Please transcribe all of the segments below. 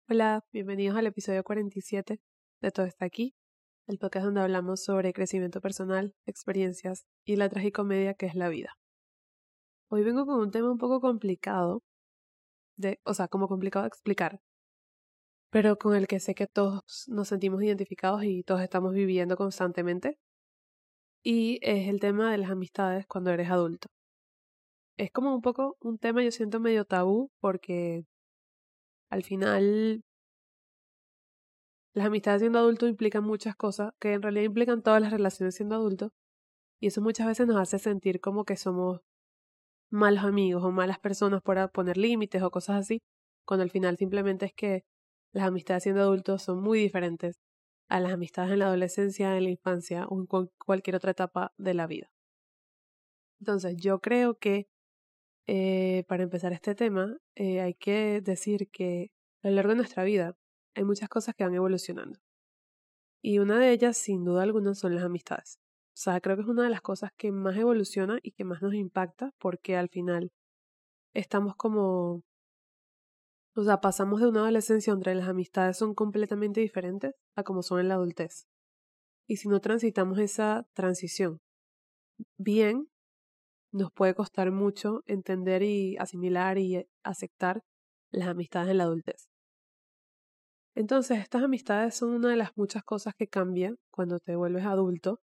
Hola, bienvenidos al episodio 47 de Todo está aquí, el podcast donde hablamos sobre crecimiento personal, experiencias y la tragicomedia que es la vida. Hoy vengo con un tema un poco complicado, como complicado de explicar, pero con el que sé que todos nos sentimos identificados y todos estamos viviendo constantemente, y es el tema de las amistades cuando eres adulto. Es como un poco un tema, yo siento, medio tabú, porque al final las amistades siendo adulto implican muchas cosas, que en realidad implican todas las relaciones siendo adulto, y eso muchas veces nos hace sentir como que somos malos amigos o malas personas por poner límites o cosas así, cuando al final simplemente es que las amistades siendo adultos son muy diferentes a las amistades en la adolescencia, en la infancia o en cualquier otra etapa de la vida. Entonces yo creo que para empezar este tema hay que decir que a lo largo de nuestra vida hay muchas cosas que van evolucionando. Y una de ellas, sin duda alguna, son las amistades. O sea, creo que es una de las cosas que más evoluciona y que más nos impacta porque al final estamos pasamos de una adolescencia donde las amistades son completamente diferentes a como son en la adultez. Y si no transitamos esa transición bien, nos puede costar mucho entender y asimilar y aceptar las amistades en la adultez. Entonces, estas amistades son una de las muchas cosas que cambian cuando te vuelves adulto.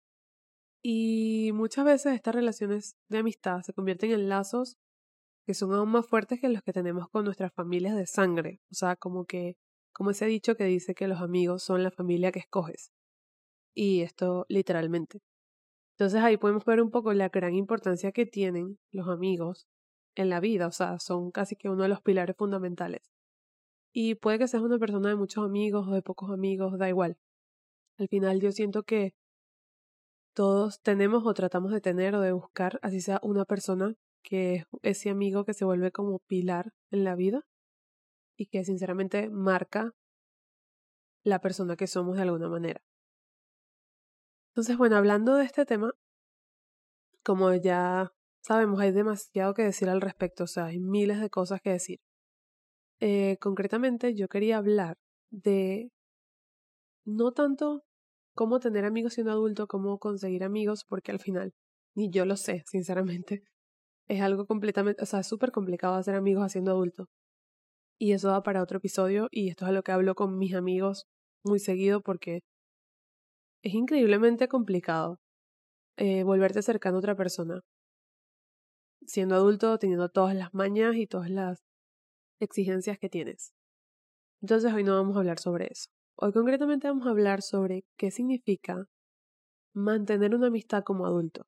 Y muchas veces estas relaciones de amistad se convierten en lazos que son aún más fuertes que los que tenemos con nuestras familias de sangre. O sea, como ese dicho que dice que los amigos son la familia que escoges. Y esto literalmente. Entonces ahí podemos ver un poco la gran importancia que tienen los amigos en la vida. O sea, son casi que uno de los pilares fundamentales. Y puede que seas una persona de muchos amigos o de pocos amigos, da igual. Al final yo siento que todos tenemos o tratamos de tener o de buscar, así sea una persona que es ese amigo que se vuelve como pilar en la vida y que sinceramente marca la persona que somos de alguna manera. Entonces, bueno, hablando de este tema, como ya sabemos, hay demasiado que decir al respecto, o sea, hay miles de cosas que decir. Concretamente, yo quería hablar de no tanto cómo tener amigos siendo adulto, cómo conseguir amigos, porque al final ni yo lo sé, sinceramente. Es algo completamente, o sea, es súper complicado hacer amigos haciendo adulto. Y eso va para otro episodio y esto es a lo que hablo con mis amigos muy seguido porque es increíblemente complicado volverte cercano a otra persona. Siendo adulto, teniendo todas las mañas y todas las exigencias que tienes. Entonces hoy no vamos a hablar sobre eso. Hoy concretamente vamos a hablar sobre qué significa mantener una amistad como adulto.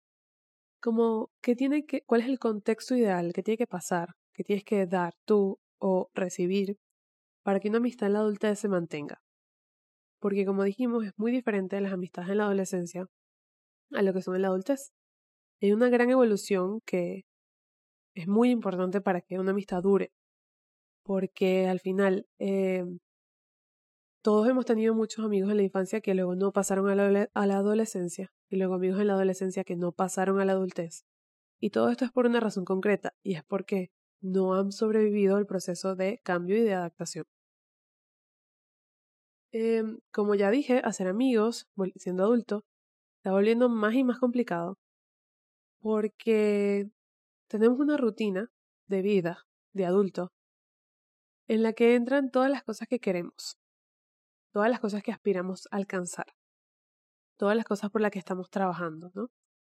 Como cuál es el contexto ideal, qué tiene que pasar, qué tienes que dar tú o recibir para que una amistad en la adultez se mantenga. Porque como dijimos, es muy diferente de las amistades en la adolescencia a lo que son en la adultez. Hay una gran evolución que es muy importante para que una amistad dure. Porque al final todos hemos tenido muchos amigos en la infancia que luego no pasaron a la adolescencia y luego amigos en la adolescencia que no pasaron a la adultez. Y todo esto es por una razón concreta y es porque no han sobrevivido el proceso de cambio y de adaptación. Como ya dije, hacer amigos, siendo adulto, está volviendo más y más complicado porque tenemos una rutina de vida de adulto en la que entran todas las cosas que queremos, todas las cosas que aspiramos a alcanzar, todas las cosas por las que estamos trabajando, ¿no?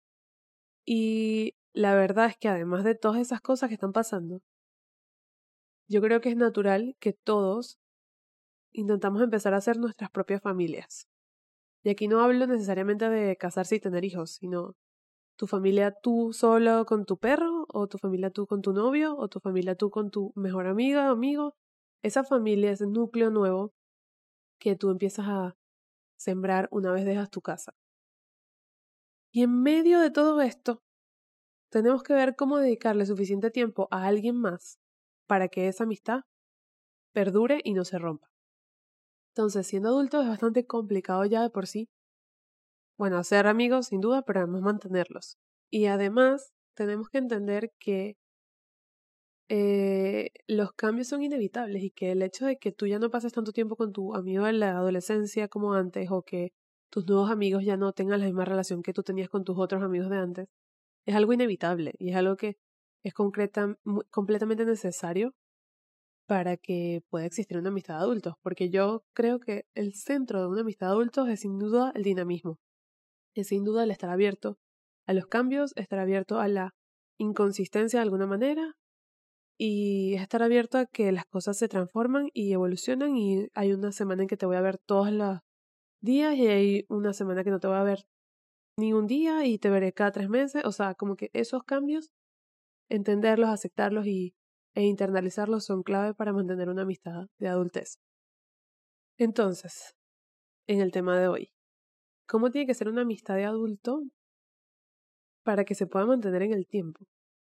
Y la verdad es que además de todas esas cosas que están pasando, yo creo que es natural que todos intentamos empezar a hacer nuestras propias familias. Y aquí no hablo necesariamente de casarse y tener hijos, sino tu familia tú solo con tu perro, o tu familia tú con tu novio, o tu familia tú con tu mejor amiga o amigo. Esa familia, ese núcleo nuevo que tú empiezas a sembrar una vez dejas tu casa. Y en medio de todo esto, tenemos que ver cómo dedicarle suficiente tiempo a alguien más para que esa amistad perdure y no se rompa. Entonces, siendo adulto es bastante complicado ya de por sí. Bueno, hacer amigos sin duda, pero además mantenerlos. Y además tenemos que entender que los cambios son inevitables y que el hecho de que tú ya no pases tanto tiempo con tu amigo de la adolescencia como antes o que tus nuevos amigos ya no tengan la misma relación que tú tenías con tus otros amigos de antes, es algo inevitable y es algo que es completamente necesario para que pueda existir una amistad de adultos, porque yo creo que el centro de una amistad de adultos es sin duda el dinamismo, es sin duda el estar abierto a los cambios, estar abierto a la inconsistencia de alguna manera y estar abierto a que las cosas se transforman y evolucionan y hay una semana en que te voy a ver todos los días y hay una semana que no te voy a ver ni un día y te veré cada 3 meses, o sea, como que esos cambios, entenderlos, aceptarlos e internalizarlos son clave para mantener una amistad de adultez. Entonces, en el tema de hoy, ¿cómo tiene que ser una amistad de adulto para que se pueda mantener en el tiempo?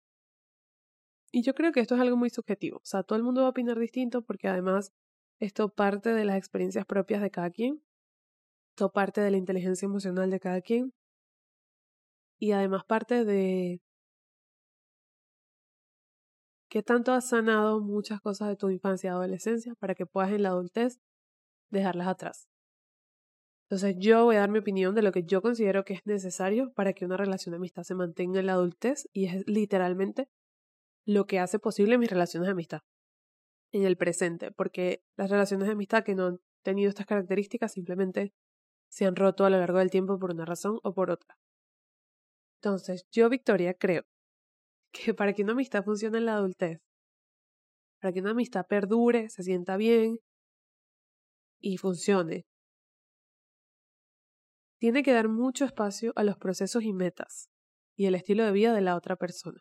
Y yo creo que esto es algo muy subjetivo, o sea, todo el mundo va a opinar distinto porque además esto parte de las experiencias propias de cada quien, esto parte de la inteligencia emocional de cada quien y además parte de qué tanto has sanado muchas cosas de tu infancia y adolescencia para que puedas en la adultez dejarlas atrás. Entonces yo voy a dar mi opinión de lo que yo considero que es necesario para que una relación de amistad se mantenga en la adultez y es literalmente lo que hace posible mis relaciones de amistad en el presente, porque las relaciones de amistad que no han tenido estas características simplemente se han roto a lo largo del tiempo por una razón o por otra. Entonces yo, Victoria, creo que para que una amistad funcione en la adultez, para que una amistad perdure, se sienta bien y funcione, tiene que dar mucho espacio a los procesos y metas y el estilo de vida de la otra persona.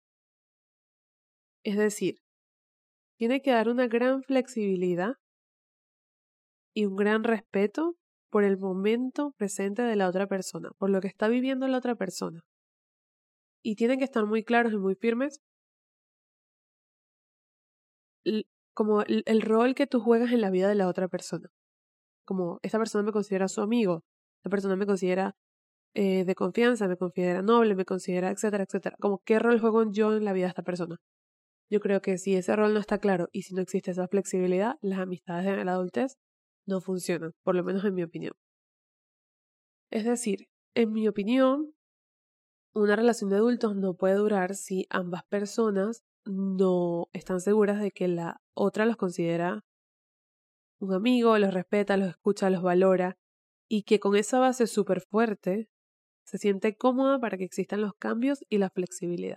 Es decir, tiene que dar una gran flexibilidad y un gran respeto por el momento presente de la otra persona, por lo que está viviendo la otra persona. Y tienen que estar muy claros y muy firmes como el rol que tú juegas en la vida de la otra persona. Como esta persona me considera su amigo, esta persona me considera de confianza, me considera noble, me considera, etcétera, etcétera. Como qué rol juego yo en la vida de esta persona. Yo creo que si ese rol no está claro y si no existe esa flexibilidad, las amistades de la adultez no funcionan, por lo menos en mi opinión. Es decir, en mi opinión, una relación de adultos no puede durar si ambas personas no están seguras de que la otra los considera un amigo, los respeta, los escucha, los valora y que con esa base súper fuerte se siente cómoda para que existan los cambios y la flexibilidad.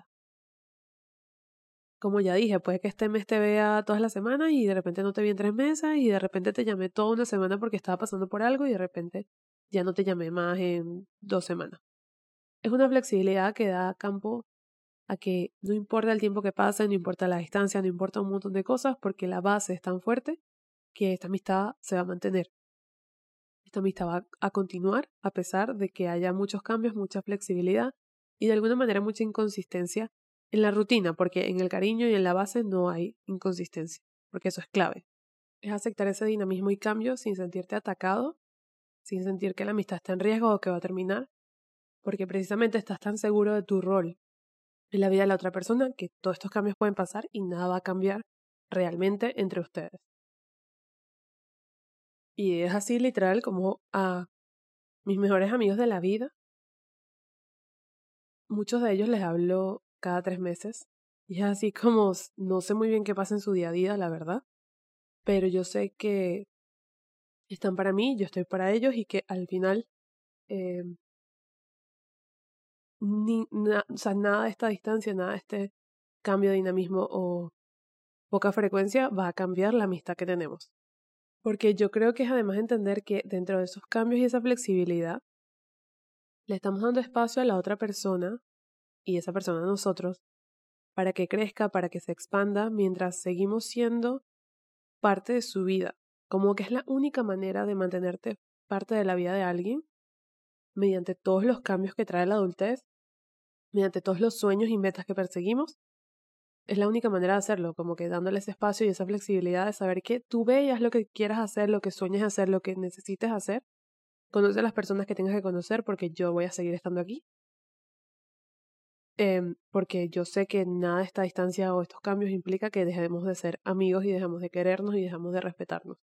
Como ya dije, puede que este mes te vea todas las semanas y de repente no te vi en 3 meses y de repente te llamé toda una semana porque estaba pasando por algo y de repente ya no te llamé más en 2 semanas. Es una flexibilidad que da campo a que no importa el tiempo que pase, no importa la distancia, no importa un montón de cosas porque la base es tan fuerte que esta amistad se va a mantener. Esta amistad va a continuar a pesar de que haya muchos cambios, mucha flexibilidad y de alguna manera mucha inconsistencia en la rutina, porque en el cariño y en la base no hay inconsistencia, porque eso es clave. Es aceptar ese dinamismo y cambio sin sentirte atacado, sin sentir que la amistad está en riesgo o que va a terminar, porque precisamente estás tan seguro de tu rol en la vida de la otra persona que todos estos cambios pueden pasar y nada va a cambiar realmente entre ustedes. Y es así literal como a mis mejores amigos de la vida, muchos de ellos les hablo cada 3 meses. Y es así como no sé muy bien qué pasa en su día a día, la verdad. Pero yo sé que están para mí, yo estoy para ellos y que al final eh, o sea, nada de esta distancia, nada de este cambio de dinamismo o poca frecuencia va a cambiar la amistad que tenemos. Porque yo creo que es además entender que dentro de esos cambios y esa flexibilidad, le estamos dando espacio a la otra persona y esa persona a nosotros para que crezca, para que se expanda, mientras seguimos siendo parte de su vida. Como que es la única manera de mantenerte parte de la vida de alguien mediante todos los cambios que trae la adultez, mediante todos los sueños y metas que perseguimos. Es la única manera de hacerlo, como que dándole ese espacio y esa flexibilidad de saber que tú veas lo que quieras hacer, lo que sueñes hacer, lo que necesites hacer. Conoce a las personas que tengas que conocer porque yo voy a seguir estando aquí. porque yo sé que nada de esta distancia o estos cambios implica que dejemos de ser amigos y dejamos de querernos y dejamos de respetarnos.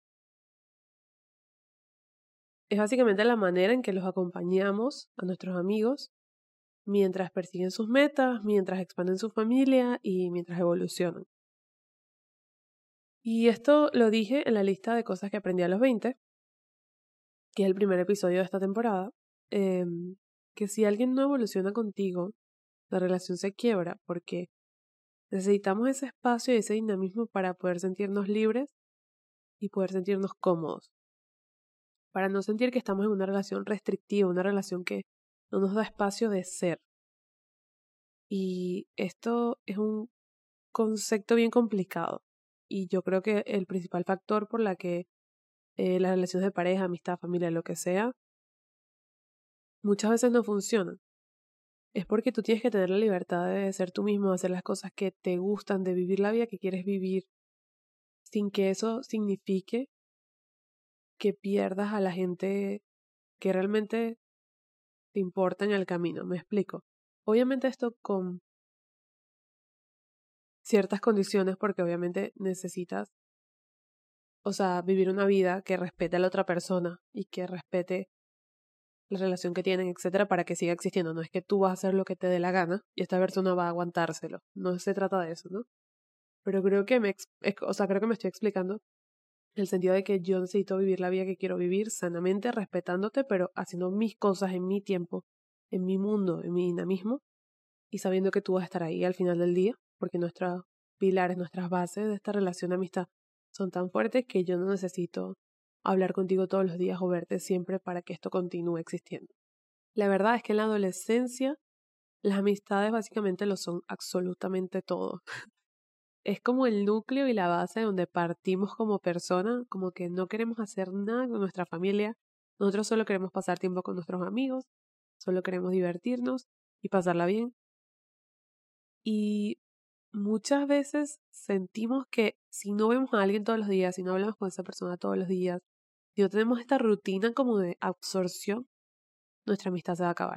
Es básicamente la manera en que los acompañamos a nuestros amigos mientras persiguen sus metas, mientras expanden su familia y mientras evolucionan. Y esto lo dije en la lista de cosas que aprendí a los 20, que es el primer episodio de esta temporada, que si alguien no evoluciona contigo, la relación se quiebra porque necesitamos ese espacio y ese dinamismo para poder sentirnos libres y poder sentirnos cómodos, para no sentir que estamos en una relación restrictiva, una relación que no nos da espacio de ser. Y esto es un concepto bien complicado y yo creo que el principal factor por la que las relaciones de pareja, amistad, familia, lo que sea, muchas veces no funcionan. Es porque tú tienes que tener la libertad de ser tú mismo, de hacer las cosas que te gustan, de vivir la vida que quieres vivir, sin que eso signifique que pierdas a la gente que realmente te importa en el camino. ¿Me explico? Obviamente esto con ciertas condiciones, porque obviamente necesitas, o sea, vivir una vida que respete a la otra persona y que respete la relación que tienen, etcétera, para que siga existiendo. No es que tú vas a hacer lo que te dé la gana y esta persona va a aguantárselo. No se trata de eso, ¿no? Pero creo que creo que me estoy explicando en el sentido de que yo necesito vivir la vida que quiero vivir sanamente, respetándote, pero haciendo mis cosas en mi tiempo, en mi mundo, en mi dinamismo y sabiendo que tú vas a estar ahí al final del día, porque nuestros pilares, nuestras bases de esta relación de amistad son tan fuertes que yo no necesito hablar contigo todos los días o verte siempre para que esto continúe existiendo. La verdad es que en la adolescencia las amistades básicamente lo son absolutamente todo. Es como el núcleo y la base donde partimos como persona, como que no queremos hacer nada con nuestra familia, nosotros solo queremos pasar tiempo con nuestros amigos, solo queremos divertirnos y pasarla bien. Y muchas veces sentimos que si no vemos a alguien todos los días, si no hablamos con esa persona todos los días, si no tenemos esta rutina como de absorción, nuestra amistad se va a acabar.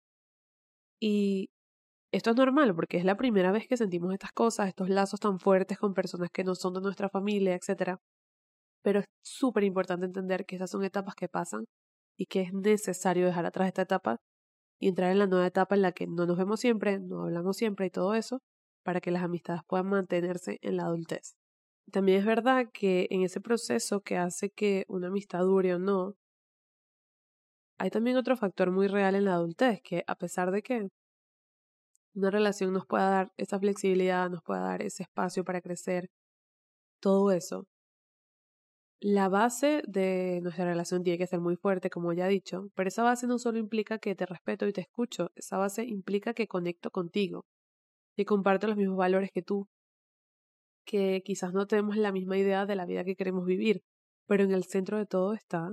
Y esto es normal porque es la primera vez que sentimos estas cosas, estos lazos tan fuertes con personas que no son de nuestra familia, etcétera. Pero es súper importante entender que esas son etapas que pasan y que es necesario dejar atrás esta etapa y entrar en la nueva etapa en la que no nos vemos siempre, no hablamos siempre y todo eso, para que las amistades puedan mantenerse en la adultez. También es verdad que en ese proceso que hace que una amistad dure o no, hay también otro factor muy real en la adultez, que a pesar de que una relación nos pueda dar esa flexibilidad, nos pueda dar ese espacio para crecer, todo eso, la base de nuestra relación tiene que ser muy fuerte, como ya he dicho, pero esa base no solo implica que te respeto y te escucho, esa base implica que conecto contigo, que comparto los mismos valores que tú, que quizás no tenemos la misma idea de la vida que queremos vivir, pero en el centro de todo está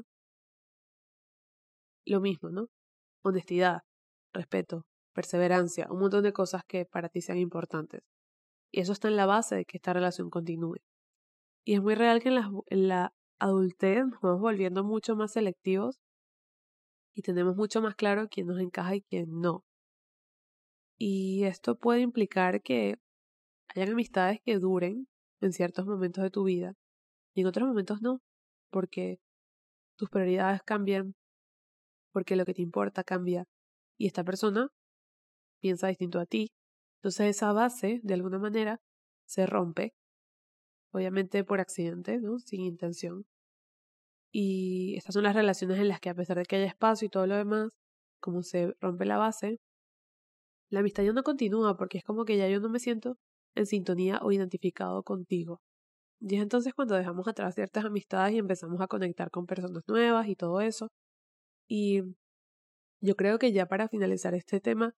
lo mismo, ¿no? Honestidad, respeto, perseverancia, un montón de cosas que para ti sean importantes. Y eso está en la base de que esta relación continúe. Y es muy real que en la adultez nos vamos volviendo mucho más selectivos y tenemos mucho más claro quién nos encaja y quién no. Y esto puede implicar que hayan amistades que duren en ciertos momentos de tu vida y en otros momentos no, porque tus prioridades cambian, porque lo que te importa cambia y esta persona piensa distinto a ti. Entonces esa base, de alguna manera, se rompe, obviamente por accidente, ¿no? Sin intención. Y estas son las relaciones en las que a pesar de que haya espacio y todo lo demás, como se rompe la base, la amistad ya no continúa porque es como que ya yo no me siento en sintonía o identificado contigo. Y es entonces cuando dejamos atrás ciertas amistades y empezamos a conectar con personas nuevas y todo eso. Y yo creo que ya para finalizar este tema,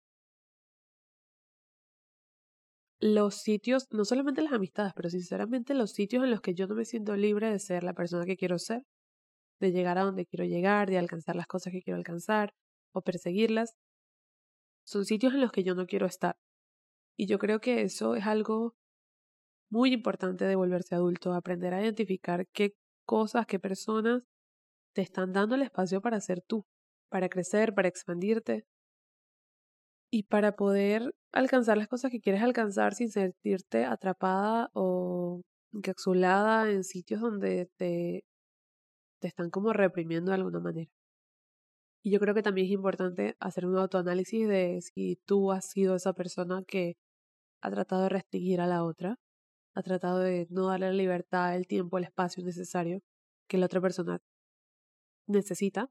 los sitios, no solamente las amistades, pero sinceramente los sitios en los que yo no me siento libre de ser la persona que quiero ser, de llegar a donde quiero llegar, de alcanzar las cosas que quiero alcanzar o perseguirlas, son sitios en los que yo no quiero estar. Y yo creo que eso es algo muy importante de volverse adulto, aprender a identificar qué cosas, qué personas te están dando el espacio para ser tú, para crecer, para expandirte. Y para poder alcanzar las cosas que quieres alcanzar sin sentirte atrapada o encapsulada en sitios donde te están como reprimiendo de alguna manera. Y yo creo que también es importante hacer un autoanálisis de si tú has sido esa persona que ha tratado de restringir a la otra, ha tratado de no darle la libertad, el tiempo, el espacio necesario que la otra persona necesita.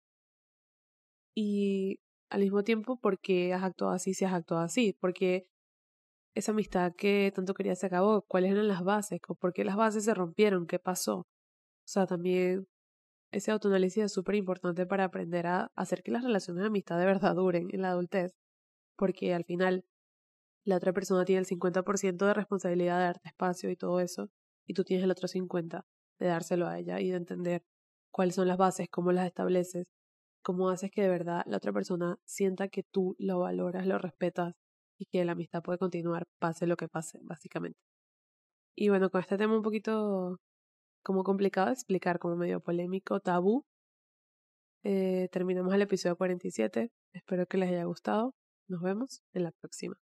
Y al mismo tiempo, ¿por qué has actuado así si has actuado así? Porque esa amistad que tanto quería se acabó, ¿cuáles eran las bases? ¿Por qué las bases se rompieron? ¿Qué pasó? O sea, también ese autoanálisis es súper importante para aprender a hacer que las relaciones de amistad de verdad duren en la adultez, porque al final la otra persona tiene el 50% de responsabilidad de darte espacio y todo eso, y tú tienes el otro 50% de dárselo a ella y de entender cuáles son las bases, cómo las estableces, cómo haces que de verdad la otra persona sienta que tú lo valoras, lo respetas y que la amistad puede continuar, pase lo que pase, básicamente. Y bueno, con este tema un poquito como complicado de explicar, como medio polémico, tabú, terminamos el episodio 47. Espero que les haya gustado. Nos vemos en la próxima.